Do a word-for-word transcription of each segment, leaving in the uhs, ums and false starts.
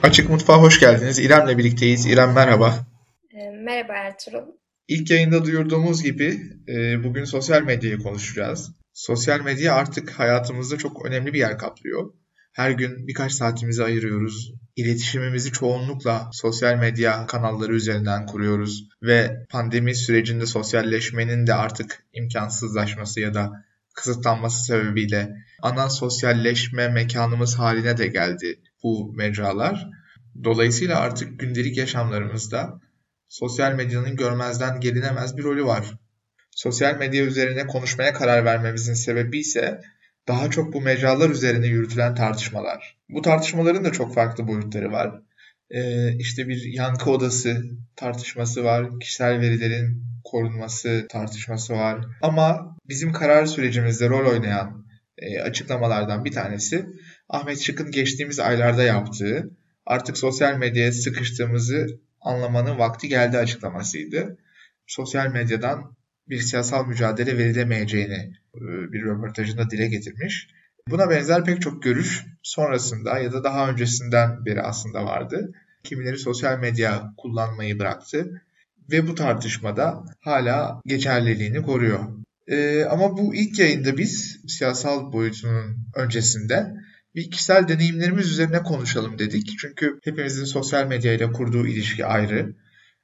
Açık Mutfağa hoş geldiniz. İrem'le birlikteyiz. İrem merhaba. E, Merhaba Ertuğrul. İlk yayında duyurduğumuz gibi e, bugün sosyal medyayı konuşacağız. Sosyal medya artık hayatımızda çok önemli bir yer kaplıyor. Her gün birkaç saatimizi ayırıyoruz. İletişimimizi çoğunlukla sosyal medya kanalları üzerinden kuruyoruz ve pandemi sürecinde sosyalleşmenin de artık imkansızlaşması ya da kısıtlanması sebebiyle ana sosyalleşme mekanımız haline de geldi bu mecralar. Dolayısıyla artık gündelik yaşamlarımızda sosyal medyanın görmezden gelinemez bir rolü var. Sosyal medya üzerine konuşmaya karar vermemizin sebebi ise daha çok bu mecralar üzerine yürütülen tartışmalar. Bu tartışmaların da çok farklı boyutları var. Ee, işte bir yankı odası tartışması var, kişisel verilerin korunması tartışması var. Ama bizim karar sürecimizde rol oynayan e, açıklamalardan bir tanesi Ahmet Şık'ın geçtiğimiz aylarda yaptığı artık sosyal medyaya sıkıştığımızı anlamanın vakti geldi açıklamasıydı. Sosyal medyadan bir siyasal mücadele verilemeyeceğini e, bir röportajında dile getirmiş. Buna benzer pek çok görüş sonrasında ya da daha öncesinden beri aslında vardı. Kimileri sosyal medya kullanmayı bıraktı ve bu tartışmada hala geçerliliğini koruyor. Ee, ama bu ilk yayında biz siyasal boyutunun öncesinde bir kişisel deneyimlerimiz üzerine konuşalım dedik. Çünkü hepimizin sosyal medyayla kurduğu ilişki ayrı.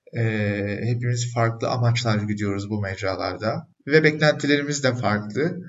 Ee, hepimiz farklı amaçlar gidiyoruz bu mecralarda ve beklentilerimiz de farklı.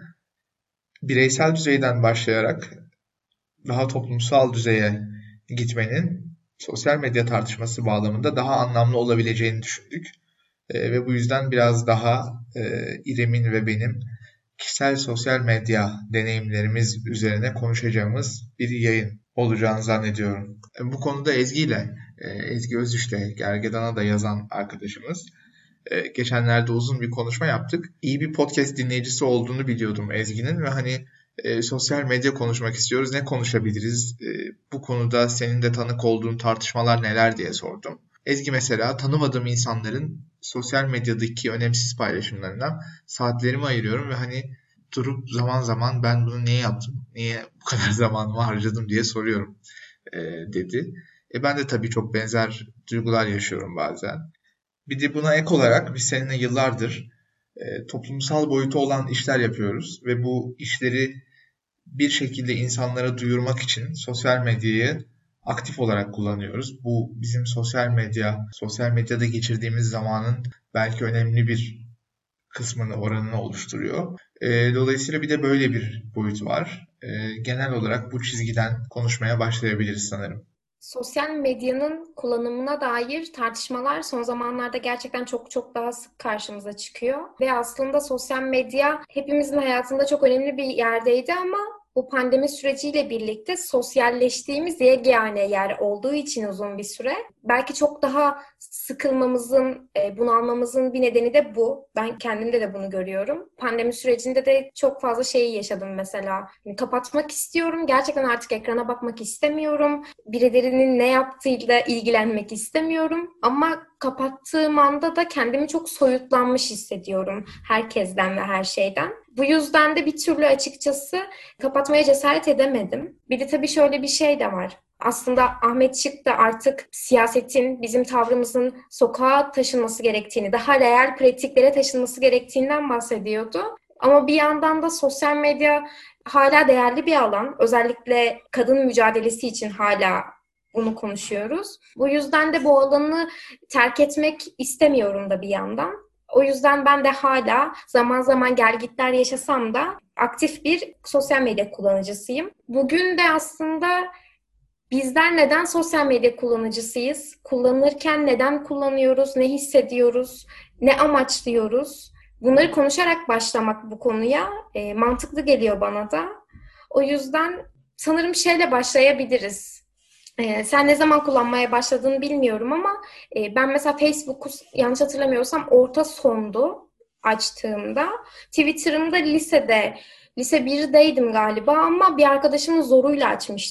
Bireysel düzeyden başlayarak daha toplumsal düzeye gitmenin sosyal medya tartışması bağlamında daha anlamlı olabileceğini düşündük. Ee, ve bu yüzden biraz daha e, İrem'in ve benim kişisel sosyal medya deneyimlerimiz üzerine konuşacağımız bir yayın olacağını zannediyorum. E, Bu konuda Ezgi ile, e, Ezgi Özüş'te Gergedan'a da yazan arkadaşımız, e, geçenlerde uzun bir konuşma yaptık. İyi bir podcast dinleyicisi olduğunu biliyordum Ezgi'nin ve hani e, sosyal medya konuşmak istiyoruz, ne konuşabiliriz? E, bu konuda senin de tanık olduğun tartışmalar neler diye sordum. Ezgi mesela tanımadığım insanların sosyal medyadaki önemsiz paylaşımlarından saatlerimi ayırıyorum ve hani durup zaman zaman ben bunu niye yaptım, niye bu kadar zamanımı harcadım diye soruyorum e, dedi. E ben de tabii çok benzer duygular yaşıyorum bazen. Bir de buna ek olarak biz seninle yıllardır e, toplumsal boyutu olan işler yapıyoruz ve bu işleri bir şekilde insanlara duyurmak için sosyal medyayı aktif olarak kullanıyoruz. Bu bizim sosyal medya, sosyal medyada geçirdiğimiz zamanın belki önemli bir kısmını, oranını oluşturuyor. E, dolayısıyla bir de böyle bir boyut var. E, genel olarak bu çizgiden konuşmaya başlayabiliriz sanırım. Sosyal medyanın kullanımına dair tartışmalar son zamanlarda gerçekten çok çok daha sık karşımıza çıkıyor. Ve aslında sosyal medya hepimizin hayatında çok önemli bir yerdeydi ama bu pandemi süreciyle birlikte sosyalleştiğimiz yegane yer olduğu için uzun bir süre belki çok daha sıkılmamızın, e, bunalmamızın bir nedeni de bu. Ben kendimde de bunu görüyorum. Pandemi sürecinde de çok fazla şeyi yaşadım mesela. Yani kapatmak istiyorum. Gerçekten artık ekrana bakmak istemiyorum. Birilerinin ne yaptığıyla ilgilenmek istemiyorum. Ama kapattığım anda da kendimi çok soyutlanmış hissediyorum herkesten ve her şeyden. Bu yüzden de bir türlü açıkçası kapatmaya cesaret edemedim. Bir de tabii şöyle bir şey de var. Aslında Ahmet Şık da artık siyasetin, bizim tavrımızın sokağa taşınması gerektiğini, daha reel pratiklere taşınması gerektiğinden bahsediyordu. Ama bir yandan da sosyal medya hala değerli bir alan. Özellikle kadın mücadelesi için hala bunu konuşuyoruz. Bu yüzden de bu alanı terk etmek istemiyorum da bir yandan. O yüzden ben de hala zaman zaman gelgitler yaşasam da aktif bir sosyal medya kullanıcısıyım. Bugün de aslında bizler neden sosyal medya kullanıcısıyız? Kullanırken neden kullanıyoruz? Ne hissediyoruz? Ne amaçlıyoruz? Bunları konuşarak başlamak bu konuya e, mantıklı geliyor bana da. O yüzden sanırım şeyle başlayabiliriz. E, sen ne zaman kullanmaya başladığını bilmiyorum ama e, ben mesela Facebook'u yanlış hatırlamıyorsam orta sondu açtığımda. Twitter'ımda lisede, lise birdeydim galiba ama bir arkadaşımın zoruyla açmıştım.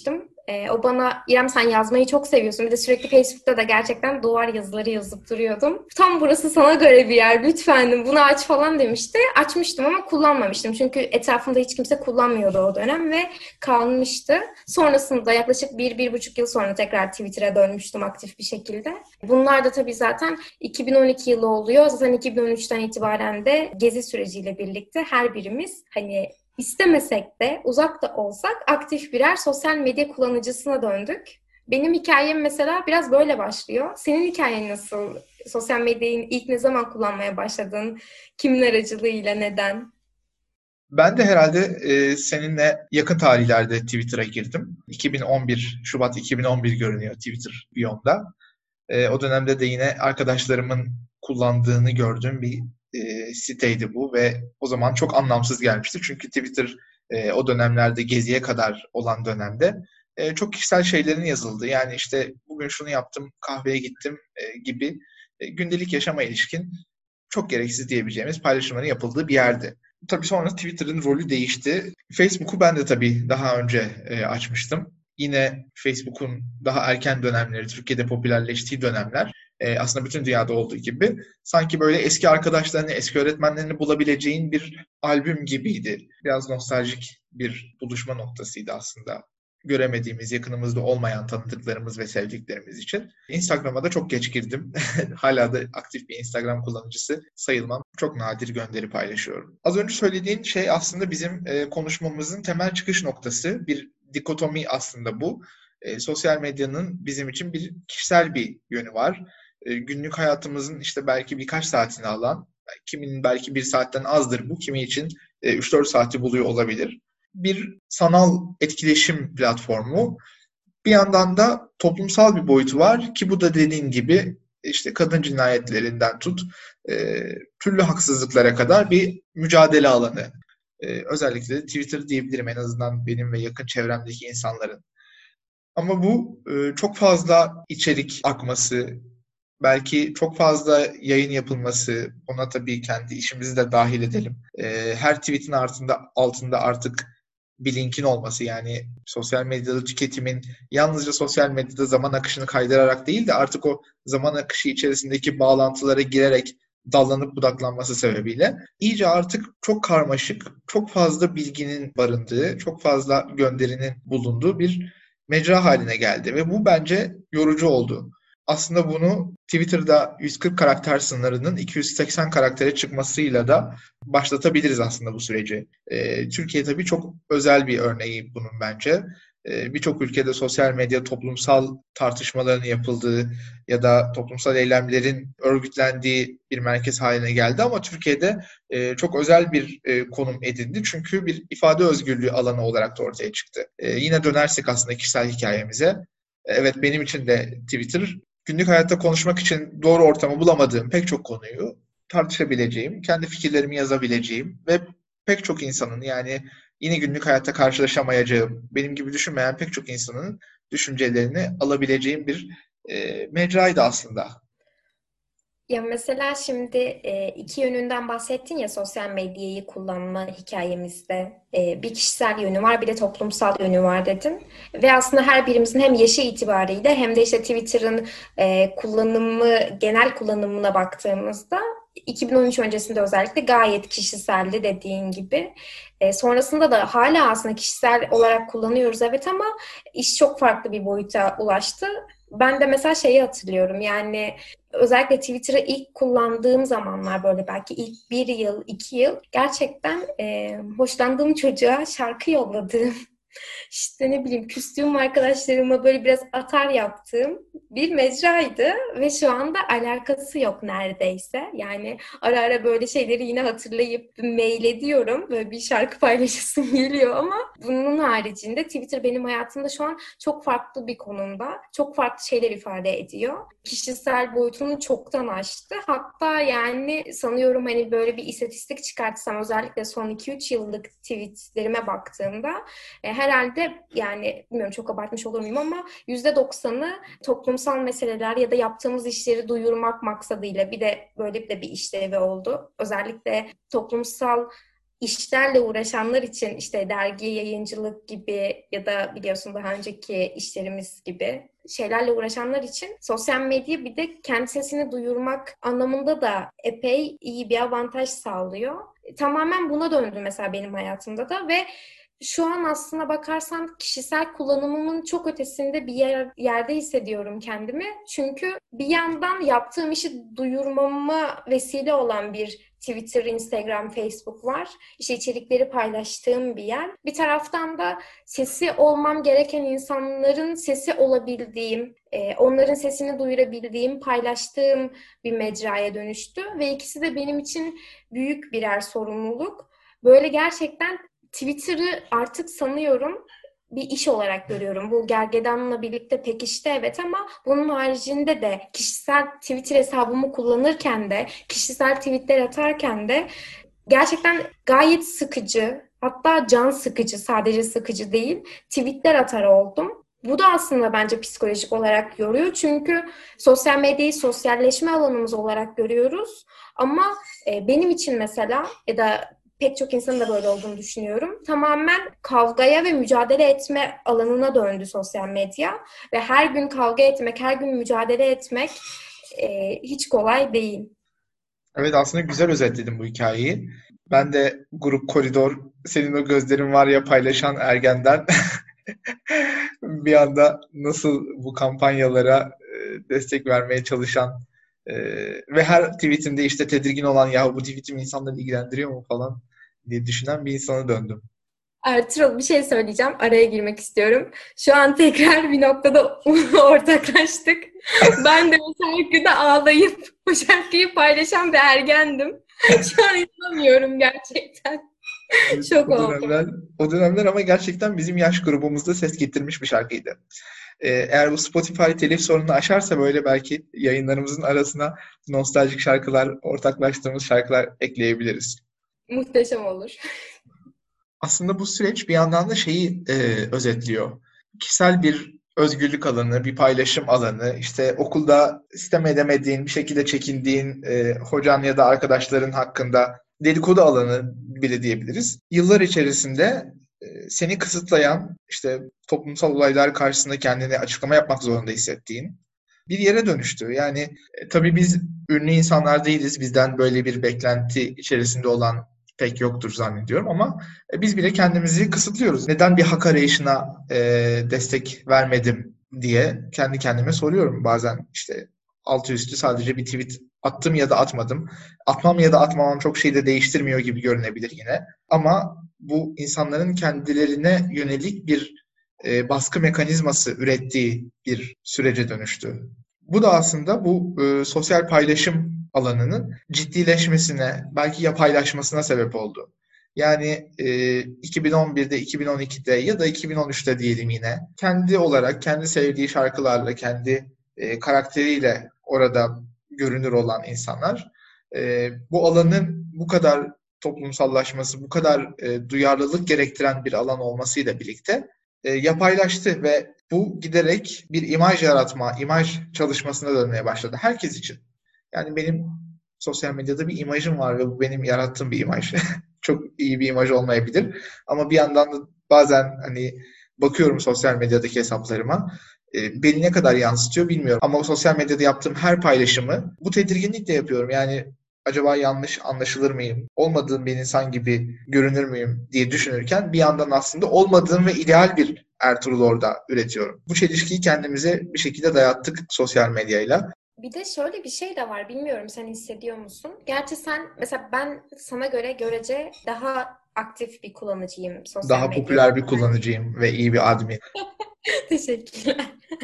Ee, o bana İrem sen yazmayı çok seviyorsun. Bir de sürekli Facebook'ta da gerçekten duvar yazıları yazıp duruyordum. Tam burası sana göre bir yer. Lütfen bunu aç falan demişti. Açmıştım ama kullanmamıştım. Çünkü etrafımda hiç kimse kullanmıyordu o dönem ve kalmıştı. Sonrasında yaklaşık bir, bir buçuk yıl sonra tekrar Twitter'a dönmüştüm aktif bir şekilde. Bunlar da tabii zaten iki bin on iki yılı oluyor. Zaten iki bin on üçten itibaren de gezi süreciyle birlikte her birimiz hani İstemesek de uzak da olsak aktif birer sosyal medya kullanıcısına döndük. Benim hikayem mesela biraz böyle başlıyor. Senin hikayen nasıl? Sosyal medyayı ilk ne zaman kullanmaya başladın? Kimin aracılığıyla, neden? Ben de herhalde e, seninle yakın tarihlerde Twitter'a girdim. iki bin on bir, Şubat iki bin on bir görünüyor Twitter biyomda. E, o dönemde de yine arkadaşlarımın kullandığını gördüğüm bir e, siteydi bu ve o zaman çok anlamsız gelmişti. Çünkü Twitter e, o dönemlerde Gezi'ye kadar olan dönemde e, çok kişisel şeylerin yazıldı. Yani işte bugün şunu yaptım, kahveye gittim e, gibi e, gündelik yaşama ilişkin çok gereksiz diyebileceğimiz paylaşımların yapıldığı bir yerdi. Tabii sonra Twitter'ın rolü değişti. Facebook'u ben de tabii daha önce e, açmıştım. Yine Facebook'un daha erken dönemleri, Türkiye'de popülerleştiği dönemler e, aslında bütün dünyada olduğu gibi sanki böyle eski arkadaşlarını, eski öğretmenlerini bulabileceğin bir albüm gibiydi. Biraz nostaljik bir buluşma noktasıydı aslında. Göremediğimiz, yakınımızda olmayan tanıdıklarımız ve sevdiklerimiz için. Instagram'a da çok geç girdim. Hala da aktif bir Instagram kullanıcısı sayılmam. Çok nadir gönderi paylaşıyorum. Az önce söylediğin şey aslında bizim e, konuşmamızın temel çıkış noktası. Bir dikotomi aslında bu. E, sosyal medyanın bizim için bir kişisel bir yönü var. E, günlük hayatımızın işte belki birkaç saatini alan, kiminin belki bir saatten azdır bu, kimi için e, üç dört saati buluyor olabilir. Bir sanal etkileşim platformu. Bir yandan da toplumsal bir boyutu var ki bu da dediğin gibi işte kadın cinayetlerinden tut e, türlü haksızlıklara kadar bir mücadele alanı. E, özellikle de Twitter diyebilirim en azından benim ve yakın çevremdeki insanların. Ama bu e, çok fazla içerik akması, belki çok fazla yayın yapılması, ona tabii kendi işimizi de dahil edelim. E, her tweetin altında, altında artık bir linkin olması, yani sosyal medyada tüketimin yalnızca sosyal medyada zaman akışını kaydırarak değil de artık o zaman akışı içerisindeki bağlantılara girerek dallanıp budaklanması sebebiyle iyice artık çok karmaşık, çok fazla bilginin barındığı, çok fazla gönderinin bulunduğu bir mecra haline geldi ve bu bence yorucu oldu. Aslında bunu Twitter'da yüz kırk karakter sınırının iki yüz seksen karaktere çıkmasıyla da başlatabiliriz aslında bu süreci. Ee, Türkiye tabii çok özel bir örneği bunun bence. Ee, birçok ülkede sosyal medya toplumsal tartışmaların yapıldığı ya da toplumsal eylemlerin örgütlendiği bir merkez haline geldi ama Türkiye'de e, çok özel bir e, konum edindi. Çünkü bir ifade özgürlüğü alanı olarak da ortaya çıktı. E, yine dönersek aslında kişisel hikayemize. Evet, benim için de Twitter günlük hayatta konuşmak için doğru ortamı bulamadığım pek çok konuyu tartışabileceğim, kendi fikirlerimi yazabileceğim ve pek çok insanın, yani yine günlük hayatta karşılaşamayacağım, benim gibi düşünmeyen pek çok insanın düşüncelerini alabileceğim bir e, mecraydı aslında. Ya mesela şimdi e, iki yönünden bahsettin ya sosyal medyayı kullanma hikayemizde. E, bir kişisel yönü var, bir de toplumsal yönü var dedin. Ve aslında her birimizin hem yaşı itibariyle hem de işte Twitter'ın e, kullanımı, genel kullanımına baktığımızda iki bin on üç öncesinde özellikle gayet kişiseldi dediğin gibi. E, sonrasında da hala aslında kişisel olarak kullanıyoruz evet ama iş çok farklı bir boyuta ulaştı. Ben de mesela şeyi hatırlıyorum yani özellikle Twitter'ı ilk kullandığım zamanlar böyle belki ilk bir yıl, iki yıl gerçekten e, hoşlandığım çocuğa şarkı yolladığım işte ne bileyim küstüğüm arkadaşlarıma böyle biraz atar yaptığım bir mecraydı ve şu anda alakası yok neredeyse. Yani ara ara böyle şeyleri yine hatırlayıp mail ediyorum. Böyle bir şarkı paylaşasım geliyor ama bunun haricinde Twitter benim hayatımda şu an çok farklı bir konumda. Çok farklı şeyler ifade ediyor. Kişisel boyutunu çoktan aştı. Hatta yani sanıyorum hani böyle bir istatistik çıkartsam özellikle son iki üç yıllık tweetlerime baktığımda e, herhalde yani bilmiyorum çok abartmış olur muyum ama yüzde doksanı toplumsal meseleler ya da yaptığımız işleri duyurmak maksadıyla bir de böyle bir de bir işlevi oldu. Özellikle toplumsal işlerle uğraşanlar için işte dergi, yayıncılık gibi ya da biliyorsun daha önceki işlerimiz gibi şeylerle uğraşanlar için sosyal medya bir de kendi sesini duyurmak anlamında da epey iyi bir avantaj sağlıyor. Tamamen buna döndü mesela benim hayatımda da ve şu an aslına bakarsan kişisel kullanımımın çok ötesinde bir yer, yerde hissediyorum kendimi. Çünkü bir yandan yaptığım işi duyurmama vesile olan bir Twitter, Instagram, Facebook var. İşte içerikleri paylaştığım bir yer. Bir taraftan da sesi olmam gereken insanların sesi olabildiğim, onların sesini duyurabildiğim, paylaştığım bir mecraya dönüştü. Ve ikisi de benim için büyük birer sorumluluk. Böyle gerçekten Twitter'ı artık sanıyorum bir iş olarak görüyorum. Bu gergedanla birlikte pekişti evet ama bunun haricinde de kişisel Twitter hesabımı kullanırken de, kişisel tweetler atarken de gerçekten gayet sıkıcı, hatta can sıkıcı, sadece sıkıcı değil, tweetler atar oldum. Bu da aslında bence psikolojik olarak yoruyor. Çünkü sosyal medyayı sosyalleşme alanımız olarak görüyoruz. Ama e, benim için mesela ya da pek çok insanın da böyle olduğunu düşünüyorum. Tamamen kavgaya ve mücadele etme alanına döndü sosyal medya. Ve her gün kavga etmek, her gün mücadele etmek e, hiç kolay değil. Evet, aslında güzel özetledin bu hikayeyi. Ben de grup Koridor, senin o gözlerin var ya paylaşan ergenden bir anda nasıl bu kampanyalara e, destek vermeye çalışan e, ve her tweetinde işte tedirgin olan ya bu tweetim insanları ilgilendiriyor mu falan diye düşünen bir insana döndüm. Ertuğrul bir şey söyleyeceğim. Araya girmek istiyorum. Şu an tekrar bir noktada ortaklaştık. Ben de o şarkıda ağlayıp o şarkıyı paylaşan bir ergendim. Şu an inanamıyorum gerçekten. Evet, Şok o oldum. dönemler, o dönemler ama gerçekten bizim yaş grubumuzda ses getirmiş bir şarkıydı. Ee, eğer bu Spotify telif sorununu aşarsa böyle belki yayınlarımızın arasına nostaljik şarkılar, ortaklaştığımız şarkılar ekleyebiliriz. Muhteşem olur. Aslında bu süreç bir yandan da şeyi e, özetliyor. Kişisel bir özgürlük alanı, bir paylaşım alanı, işte okulda sistem edemediğin, bir şekilde çekindiğin e, hocan ya da arkadaşların hakkında dedikodu alanı bile diyebiliriz. Yıllar içerisinde e, seni kısıtlayan, işte toplumsal olaylar karşısında kendini açıklama yapmak zorunda hissettiğin bir yere dönüştü. Yani e, tabii biz ünlü insanlar değiliz. Bizden böyle bir beklenti içerisinde olan pek yoktur zannediyorum ama e, biz bile kendimizi kısıtlıyoruz. Neden bir hak arayışına e, destek vermedim diye kendi kendime soruyorum bazen. İşte altı üstü sadece bir tweet attım ya da atmadım. Atmam ya da atmamam çok şey de değiştirmiyor gibi görünebilir yine. Ama bu insanların kendilerine yönelik bir e, baskı mekanizması ürettiği bir sürece dönüştü. Bu da aslında bu e, sosyal paylaşım alanının ciddileşmesine, belki yapaylaşmasına sebep oldu. Yani e, iki bin on birde, iki bin on ikide ya da iki bin on üçte diyelim yine kendi olarak, kendi sevdiği şarkılarla, kendi e, karakteriyle orada görünür olan insanlar e, bu alanın bu kadar toplumsallaşması, bu kadar e, duyarlılık gerektiren bir alan olmasıyla birlikte e, yapaylaştı ve bu giderek bir imaj yaratma, imaj çalışmasına dönmeye başladı herkes için. Yani benim sosyal medyada bir imajım var ve bu benim yarattığım bir imaj. Çok iyi bir imaj olmayabilir ama bir yandan da bazen hani bakıyorum sosyal medyadaki hesaplarıma, e, beni ne kadar yansıtıyor bilmiyorum. Ama o sosyal medyada yaptığım her paylaşımı bu tedirginlikle yapıyorum. Yani acaba yanlış anlaşılır mıyım? Olmadığım bir insan gibi görünür müyüm diye düşünürken bir yandan aslında olmadığım ve ideal bir Ertuğrul orada üretiyorum. Bu çelişkiyi kendimize bir şekilde dayattık sosyal medyayla. Bir de şöyle bir şey de var. Bilmiyorum sen hissediyor musun? Gerçi sen mesela ben sana göre görece daha aktif bir kullanıcıyım sosyal Daha medyada. popüler bir kullanıcıyım ve iyi bir admin. Teşekkürler.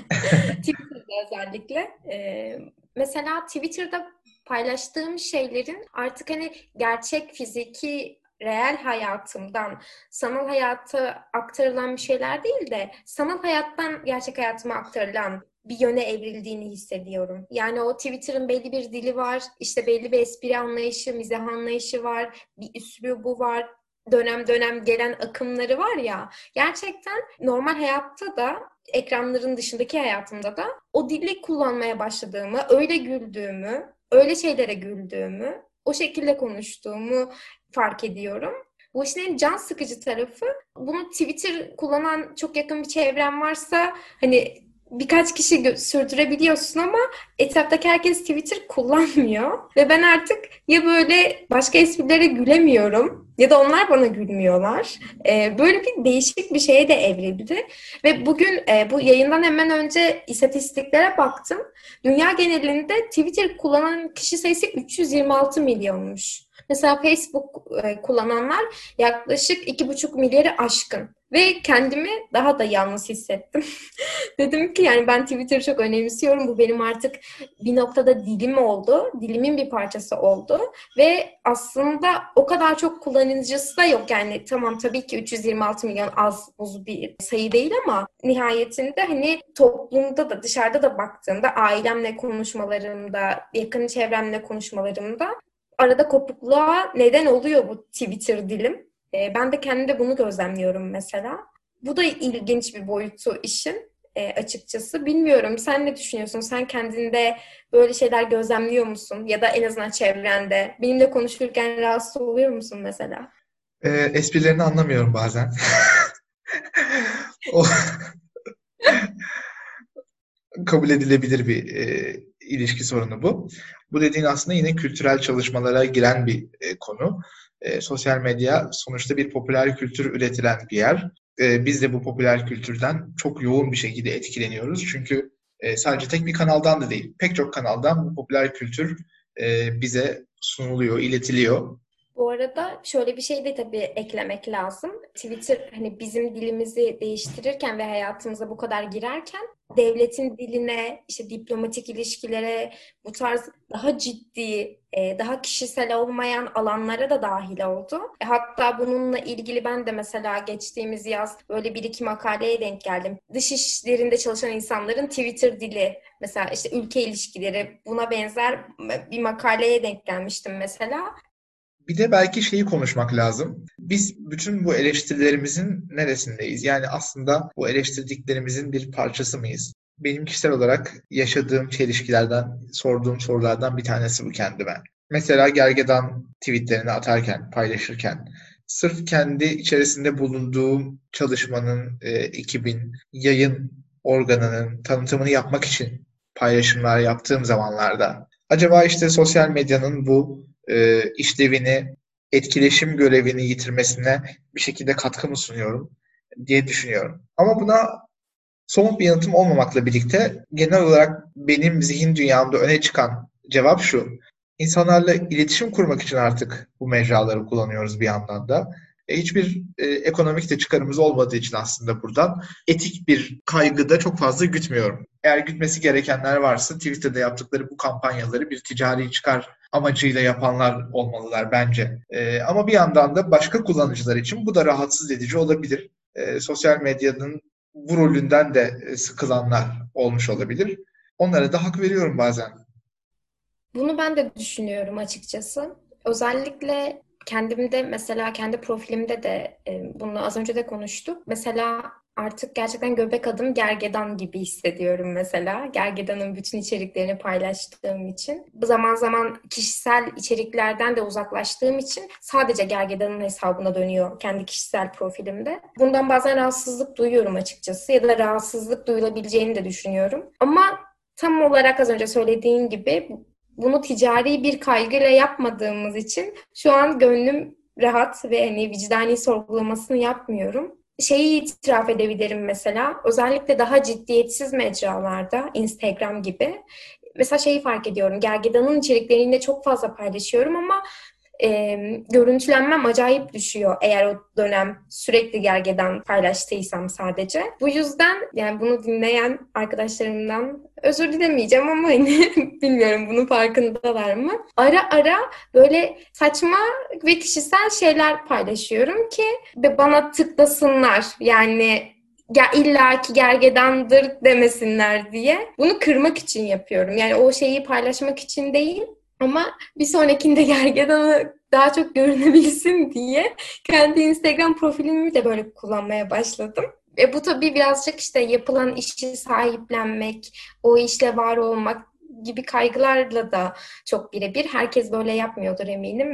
Twitter'da özellikle. Ee, mesela Twitter'da paylaştığım şeylerin artık hani gerçek fiziki reel hayatımdan sanal hayata aktarılan bir şeyler değil de sanal hayattan gerçek hayatıma aktarılan bir yöne evrildiğini hissediyorum. Yani o Twitter'ın belli bir dili var, işte belli bir espri anlayışı, mizah anlayışı var, bir üslubu var, dönem dönem gelen akımları var ya, gerçekten normal hayatta da ekranların dışındaki hayatımda da o dili kullanmaya başladığımı, öyle güldüğümü, öyle şeylere güldüğümü, o şekilde konuştuğumu fark ediyorum. Bu işin en can sıkıcı tarafı, bunu Twitter kullanan çok yakın bir çevren varsa hani birkaç kişi gö- sürdürebiliyorsun ama etraftaki herkes Twitter kullanmıyor. Ve ben artık ya böyle başka esprilere gülemiyorum ya da onlar bana gülmüyorlar. Ee, böyle bir değişik bir şeye de evrildi. Ve bugün e, bu yayından hemen önce istatistiklere baktım. Dünya genelinde Twitter kullanan kişi sayısı üç yüz yirmi altı milyonmuş. Mesela Facebook e, kullananlar yaklaşık iki buçuk milyarı aşkın. Ve kendimi daha da yalnız hissettim. Dedim ki yani ben Twitter'ı çok önemsiyorum. Bu benim artık bir noktada dilim oldu. Dilimin bir parçası oldu. Ve aslında o kadar çok kullanıcısı da yok. Yani tamam, tabii ki üç yüz yirmi altı milyon az buz bir sayı değil ama nihayetinde hani toplumda da dışarıda da baktığımda, ailemle konuşmalarımda, yakın çevremle konuşmalarımda arada kopukluğa neden oluyor bu Twitter dilim. E, ben de kendimde bunu gözlemliyorum mesela. Bu da ilginç bir boyutu işin e, açıkçası. Bilmiyorum, sen ne düşünüyorsun? Sen kendinde böyle şeyler gözlemliyor musun? Ya da en azından çevrende. Benimle konuşurken rahatsız oluyor musun mesela? E, esprilerini anlamıyorum bazen. O kabul edilebilir bir e, ilişki sorunu bu. Bu dediğin aslında yine kültürel çalışmalara giren bir e, konu. E, sosyal medya sonuçta bir popüler kültür üretilen bir yer. E, biz de bu popüler kültürden çok yoğun bir şekilde etkileniyoruz. Çünkü e, sadece tek bir kanaldan da değil, pek çok kanaldan bu popüler kültür e, bize sunuluyor, iletiliyor. Bu arada şöyle bir şey de tabii eklemek lazım. Twitter hani bizim dilimizi değiştirirken ve hayatımıza bu kadar girerken devletin diline, işte diplomatik ilişkilere, bu tarz daha ciddi, e, daha kişisel olmayan alanlara da dahil oldu. E, Hatta bununla ilgili ben de mesela geçtiğimiz yaz böyle bir iki makaleye denk geldim. Dış işlerinde çalışan insanların Twitter dili, mesela işte ülke ilişkileri, buna benzer bir makaleye denk gelmiştim mesela. Bir de belki şeyi konuşmak lazım. Biz bütün bu eleştirilerimizin neresindeyiz? Yani aslında bu eleştirdiklerimizin bir parçası mıyız? Benim kişisel olarak yaşadığım çelişkilerden, sorduğum sorulardan bir tanesi bu kendime. Mesela Gergedan tweetlerini atarken, paylaşırken, sırf kendi içerisinde bulunduğum çalışmanın, e, ekibin, yayın organının tanıtımını yapmak için paylaşımlar yaptığım zamanlarda, acaba işte sosyal medyanın bu e, işlevini, etkileşim görevini yitirmesine bir şekilde katkı mı sunuyorum diye düşünüyorum. Ama buna somut bir yanıtım olmamakla birlikte genel olarak benim zihin dünyamda öne çıkan cevap şu. İnsanlarla iletişim kurmak için artık bu mecraları kullanıyoruz bir yandan da. E, hiçbir e, ekonomik de çıkarımız olmadığı için aslında buradan etik bir kaygıda çok fazla gütmüyorum. Eğer gütmesi gerekenler varsa Twitter'da yaptıkları bu kampanyaları bir ticari çıkar amacıyla yapanlar olmalılar bence. E, ama bir yandan da başka kullanıcılar için bu da rahatsız edici olabilir. E, sosyal medyanın bu rolünden de e, sıkılanlar olmuş olabilir. Onlara da hak veriyorum bazen. Bunu ben de düşünüyorum açıkçası. Özellikle kendimde, mesela kendi profilimde de e, bunu az önce de konuştuk. Mesela artık gerçekten göbek adım gergedan gibi hissediyorum mesela. Gergedan'ın bütün içeriklerini paylaştığım için. Bu zaman zaman kişisel içeriklerden de uzaklaştığım için sadece Gergedan'ın hesabına dönüyor kendi kişisel profilimde. Bundan bazen rahatsızlık duyuyorum açıkçası, ya da rahatsızlık duyulabileceğini de düşünüyorum. Ama tam olarak az önce söylediğin gibi bunu ticari bir kaygıyla yapmadığımız için şu an gönlüm rahat ve hani vicdani sorgulamasını yapmıyorum. Şeyi itiraf edebilirim mesela, özellikle daha ciddiyetsiz mecralarda, Instagram gibi. Mesela şeyi fark ediyorum, Gergedan'ın içeriklerini de çok fazla paylaşıyorum ama e, görüntülenmem acayip düşüyor eğer o dönem sürekli Gergedan paylaştıysam sadece. Bu yüzden yani bunu dinleyen arkadaşlarımdan özür dilemeyeceğim ama hani bilmiyorum bunun farkındalar mı? Ara ara böyle saçma ve kişisel şeyler paylaşıyorum ki bana tıklasınlar. Yani ya illaki gergedandır demesinler diye. Bunu kırmak için yapıyorum. Yani o şeyi paylaşmak için değil. Ama bir sonrakinde gergedanı daha çok görünebilsin diye kendi Instagram profilimi de böyle kullanmaya başladım. E bu tabii birazcık işte yapılan işi sahiplenmek, o işle var olmak gibi kaygılarla da çok birebir. Herkes böyle yapmıyordur eminim ve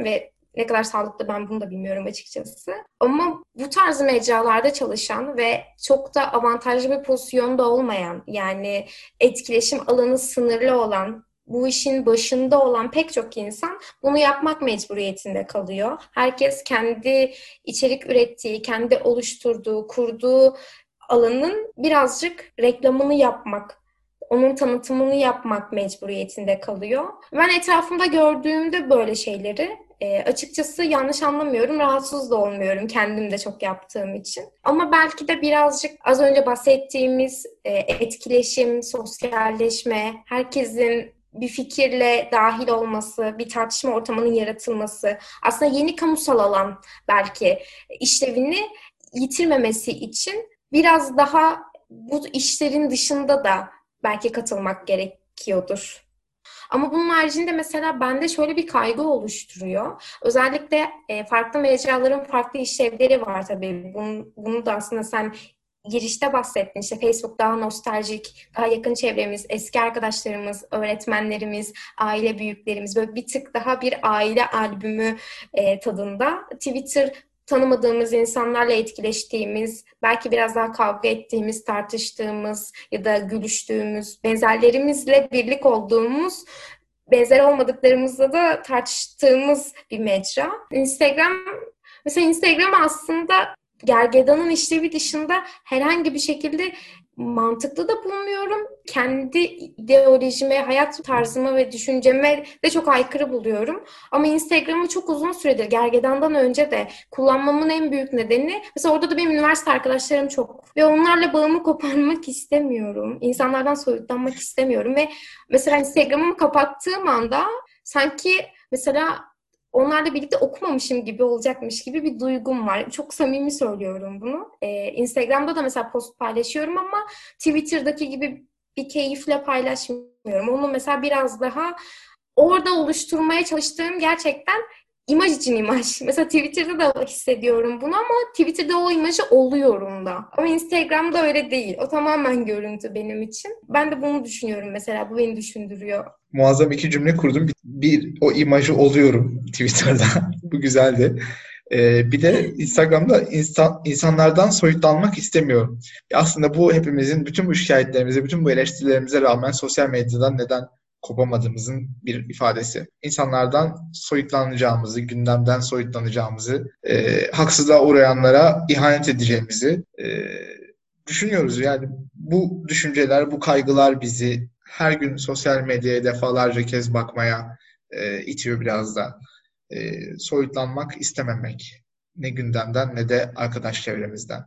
Ne kadar sağlıklı ben bunu da bilmiyorum açıkçası. Ama bu tarz mecralarda çalışan ve çok da avantajlı bir pozisyonda olmayan, yani etkileşim alanı sınırlı olan, bu işin başında olan pek çok insan bunu yapmak mecburiyetinde kalıyor. Herkes kendi içerik ürettiği, kendi oluşturduğu, kurduğu alanın birazcık reklamını yapmak, onun tanıtımını yapmak mecburiyetinde kalıyor. Ben etrafımda gördüğümde böyle şeyleri e, açıkçası yanlış anlamıyorum, rahatsız da olmuyorum kendim de çok yaptığım için. Ama belki de birazcık az önce bahsettiğimiz e, etkileşim, sosyalleşme, herkesin bir fikirle dahil olması, bir tartışma ortamının yaratılması, aslında yeni kamusal alan belki işlevini yitirmemesi için biraz daha bu işlerin dışında da belki katılmak gerekiyordur. Ama bunun haricinde mesela bende şöyle bir kaygı oluşturuyor. Özellikle e, farklı mecraların farklı işlevleri var tabii. Bunu, bunu da aslında sen girişte bahsettin. İşte Facebook daha nostaljik, daha yakın çevremiz, eski arkadaşlarımız, öğretmenlerimiz, aile büyüklerimiz, böyle bir tık daha bir aile albümü e, tadında. Twitter tanımadığımız insanlarla etkileştiğimiz, belki biraz daha kavga ettiğimiz, tartıştığımız ya da gülüştüğümüz, benzerlerimizle birlik olduğumuz, benzer olmadıklarımızla da tartıştığımız bir mecra. Instagram, mesela Instagram aslında gergedanın işlevi dışında herhangi bir şekilde mantıklı da bulmuyorum. Kendi ideolojime, hayat tarzıma ve düşünceme de çok aykırı buluyorum. Ama Instagram'ı çok uzun süredir, gergedandan önce de kullanmamın en büyük nedeni, mesela orada da benim üniversite arkadaşlarım çok. Ve onlarla bağımı koparmak istemiyorum. İnsanlardan soyutlanmak istemiyorum. Ve mesela Instagram'ımı kapattığım anda sanki mesela onlarla birlikte okumamışım gibi olacakmış gibi bir duygum var. Çok samimi söylüyorum bunu. Ee, Instagram'da da mesela post paylaşıyorum ama Twitter'daki gibi bir keyifle paylaşmıyorum. Onu mesela biraz daha orada oluşturmaya çalıştığım gerçekten imaj için imaj. Mesela Twitter'da da hissediyorum bunu ama Twitter'da o imajı oluyorum da. Ama Instagram'da öyle değil. O tamamen görüntü benim için. Ben de bunu düşünüyorum mesela. Bu beni düşündürüyor. Muazzam iki cümle kurdum. Bir, bir o imajı oluyorum Twitter'da. Bu güzeldi. Ee, bir de Instagram'da insan, insanlardan soyutlanmak istemiyorum. Aslında bu hepimizin bütün bu şikayetlerimize, bütün bu eleştirilerimize rağmen sosyal medyadan neden kopamadığımızın bir ifadesi. İnsanlardan soyutlanacağımızı, gündemden soyutlanacağımızı, e, haksızlığa uğrayanlara ihanet edeceğimizi e, düşünüyoruz. Yani bu düşünceler, bu kaygılar bizi her gün sosyal medyaya defalarca kez bakmaya e, itiyor biraz da. E, soyutlanmak istememek. Ne gündemden ne de arkadaş çevremizden.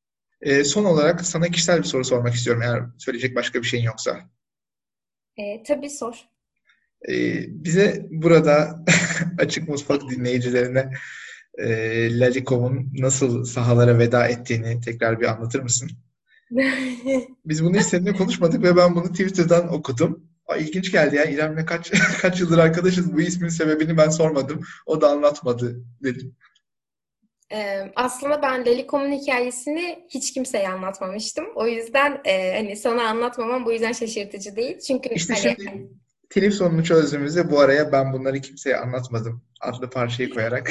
E, son olarak sana kişisel bir soru sormak istiyorum eğer söyleyecek başka bir şeyin yoksa. Ee, tabii sor. E, bize burada Açık Mutfak dinleyicilerine e, Lalikom'un nasıl sahalara veda ettiğini tekrar bir anlatır mısın? Biz bunu hiç seninle konuşmadık ve ben bunu Twitter'dan okudum. Aa, ilginç geldi ya. İrem'le kaç kaç yıldır arkadaşız. Bu ismin sebebini ben sormadım. O da anlatmadı dedim. Ee, aslında ben Lalikom'un hikayesini hiç kimseye anlatmamıştım. O yüzden e, hani sana anlatmamam bu yüzden şaşırtıcı değil. Çünkü İşte hani şimdi telif sorununu çözdüğümüzde bu araya ben bunları kimseye anlatmadım adlı parçayı koyarak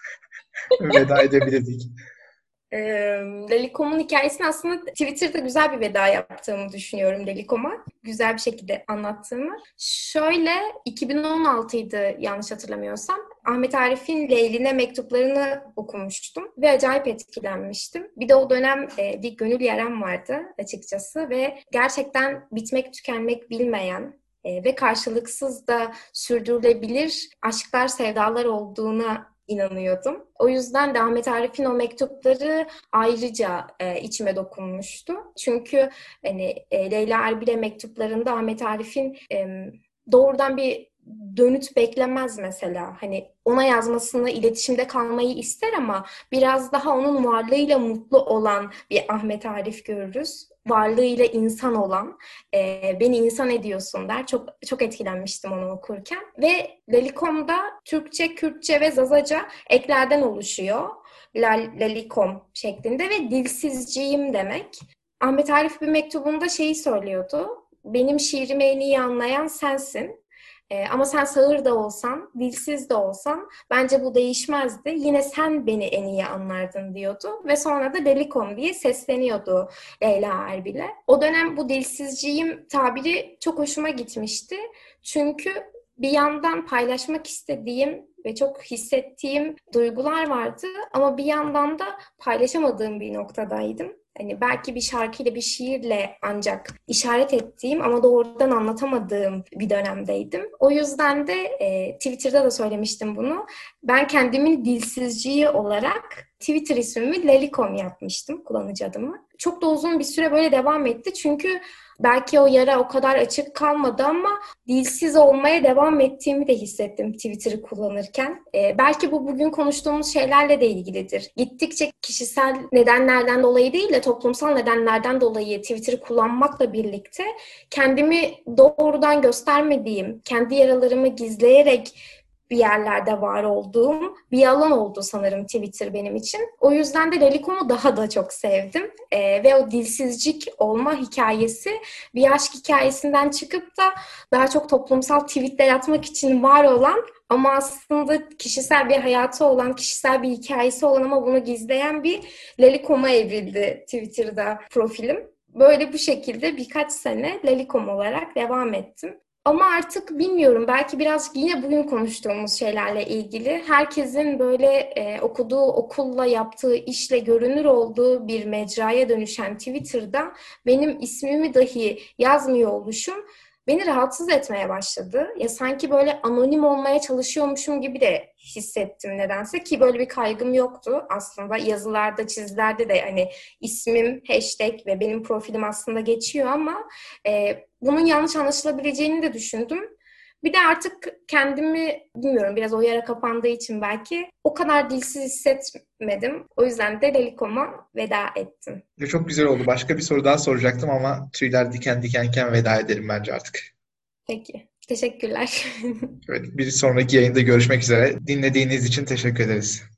veda edebilirdik. e, Lalikom'un hikayesini aslında Twitter'da güzel bir veda yaptığımı düşünüyorum Lalikom'a. Güzel bir şekilde anlattığımı. Şöyle iki bin on altıydı yanlış hatırlamıyorsam. Ahmet Arif'in Leylin'e mektuplarını okumuştum ve acayip etkilenmiştim. Bir de o dönem e, bir gönül yaram vardı açıkçası ve gerçekten bitmek tükenmek bilmeyen e, ve karşılıksız da sürdürülebilir aşklar, sevdalar olduğuna inanıyordum. O yüzden de Ahmet Arif'in o mektupları ayrıca e, içime dokunmuştu. Çünkü hani e, Leyla Erbil'e mektuplarında Ahmet Arif'in e, doğrudan bir dönüt beklemez mesela. Hani ona yazmasını, iletişimde kalmayı ister ama biraz daha onun varlığıyla mutlu olan bir Ahmet Arif görürüz. Varlığıyla insan olan, e, beni insan ediyorsun der. Çok çok etkilenmiştim onu okurken. Ve Lalikom'da Türkçe, Kürtçe ve Zazaca eklerden oluşuyor. Lal, Lalikom şeklinde ve dilsizciyim demek. Ahmet Arif bir mektubunda şeyi söylüyordu. Benim şiirimi en iyi anlayan sensin. E, ama sen sağır da olsan, dilsiz de olsan bence bu değişmezdi. Yine sen beni en iyi anlardın diyordu. Ve sonra da Lelikom diye sesleniyordu Leyla Erbil'e. O dönem bu dilsizciğim tabiri çok hoşuma gitmişti. Çünkü bir yandan paylaşmak istediğim ve çok hissettiğim duygular vardı ama bir yandan da paylaşamadığım bir noktadaydım. Hani belki bir şarkıyla, bir şiirle ancak işaret ettiğim ama doğrudan anlatamadığım bir dönemdeydim. O yüzden de e, Twitter'da da söylemiştim bunu. Ben kendimin dilsizciği olarak Twitter ismimi Lelikom yapmıştım, kullanıcı adımı. Çok da uzun bir süre böyle devam etti çünkü belki o yara o kadar açık kalmadı ama dilsiz olmaya devam ettiğimi de hissettim Twitter'ı kullanırken. Ee, belki bu bugün konuştuğumuz şeylerle de ilgilidir. Gittikçe kişisel nedenlerden dolayı değil de toplumsal nedenlerden dolayı Twitter'ı kullanmakla birlikte kendimi doğrudan göstermediğim, kendi yaralarımı gizleyerek bir yerlerde var olduğum bir alan oldu sanırım Twitter benim için. O yüzden de Lelikom'u daha da çok sevdim. Ee, ve o dilsizcik olma hikayesi bir aşk hikayesinden çıkıp da daha çok toplumsal tweetler atmak için var olan ama aslında kişisel bir hayatı olan, kişisel bir hikayesi olan ama bunu gizleyen bir Lelikom'a evrildi Twitter'da profilim. Böyle bu şekilde birkaç sene Lelikom olarak devam ettim. Ama artık bilmiyorum, belki biraz yine bugün konuştuğumuz şeylerle ilgili herkesin böyle e, okuduğu okulla yaptığı işle görünür olduğu bir mecraya dönüşen Twitter'da benim ismimi dahi yazmıyor oluşum beni rahatsız etmeye başladı. Ya sanki böyle anonim olmaya çalışıyormuşum gibi de hissettim nedense ki böyle bir kaygım yoktu aslında. Yazılarda, çizilerde de hani ismim, hashtag ve benim profilim aslında geçiyor ama e, bunun yanlış anlaşılabileceğini de düşündüm. Bir de artık kendimi bilmiyorum biraz o yara kapandığı için belki o kadar dilsiz hissetmedim. O yüzden de Lelikom'a veda ettim. Ya çok güzel oldu. Başka bir soru daha soracaktım ama tüyler diken dikenken veda edelim bence artık. Peki. Teşekkürler. Evet, bir sonraki yayında görüşmek üzere. Dinlediğiniz için teşekkür ederiz.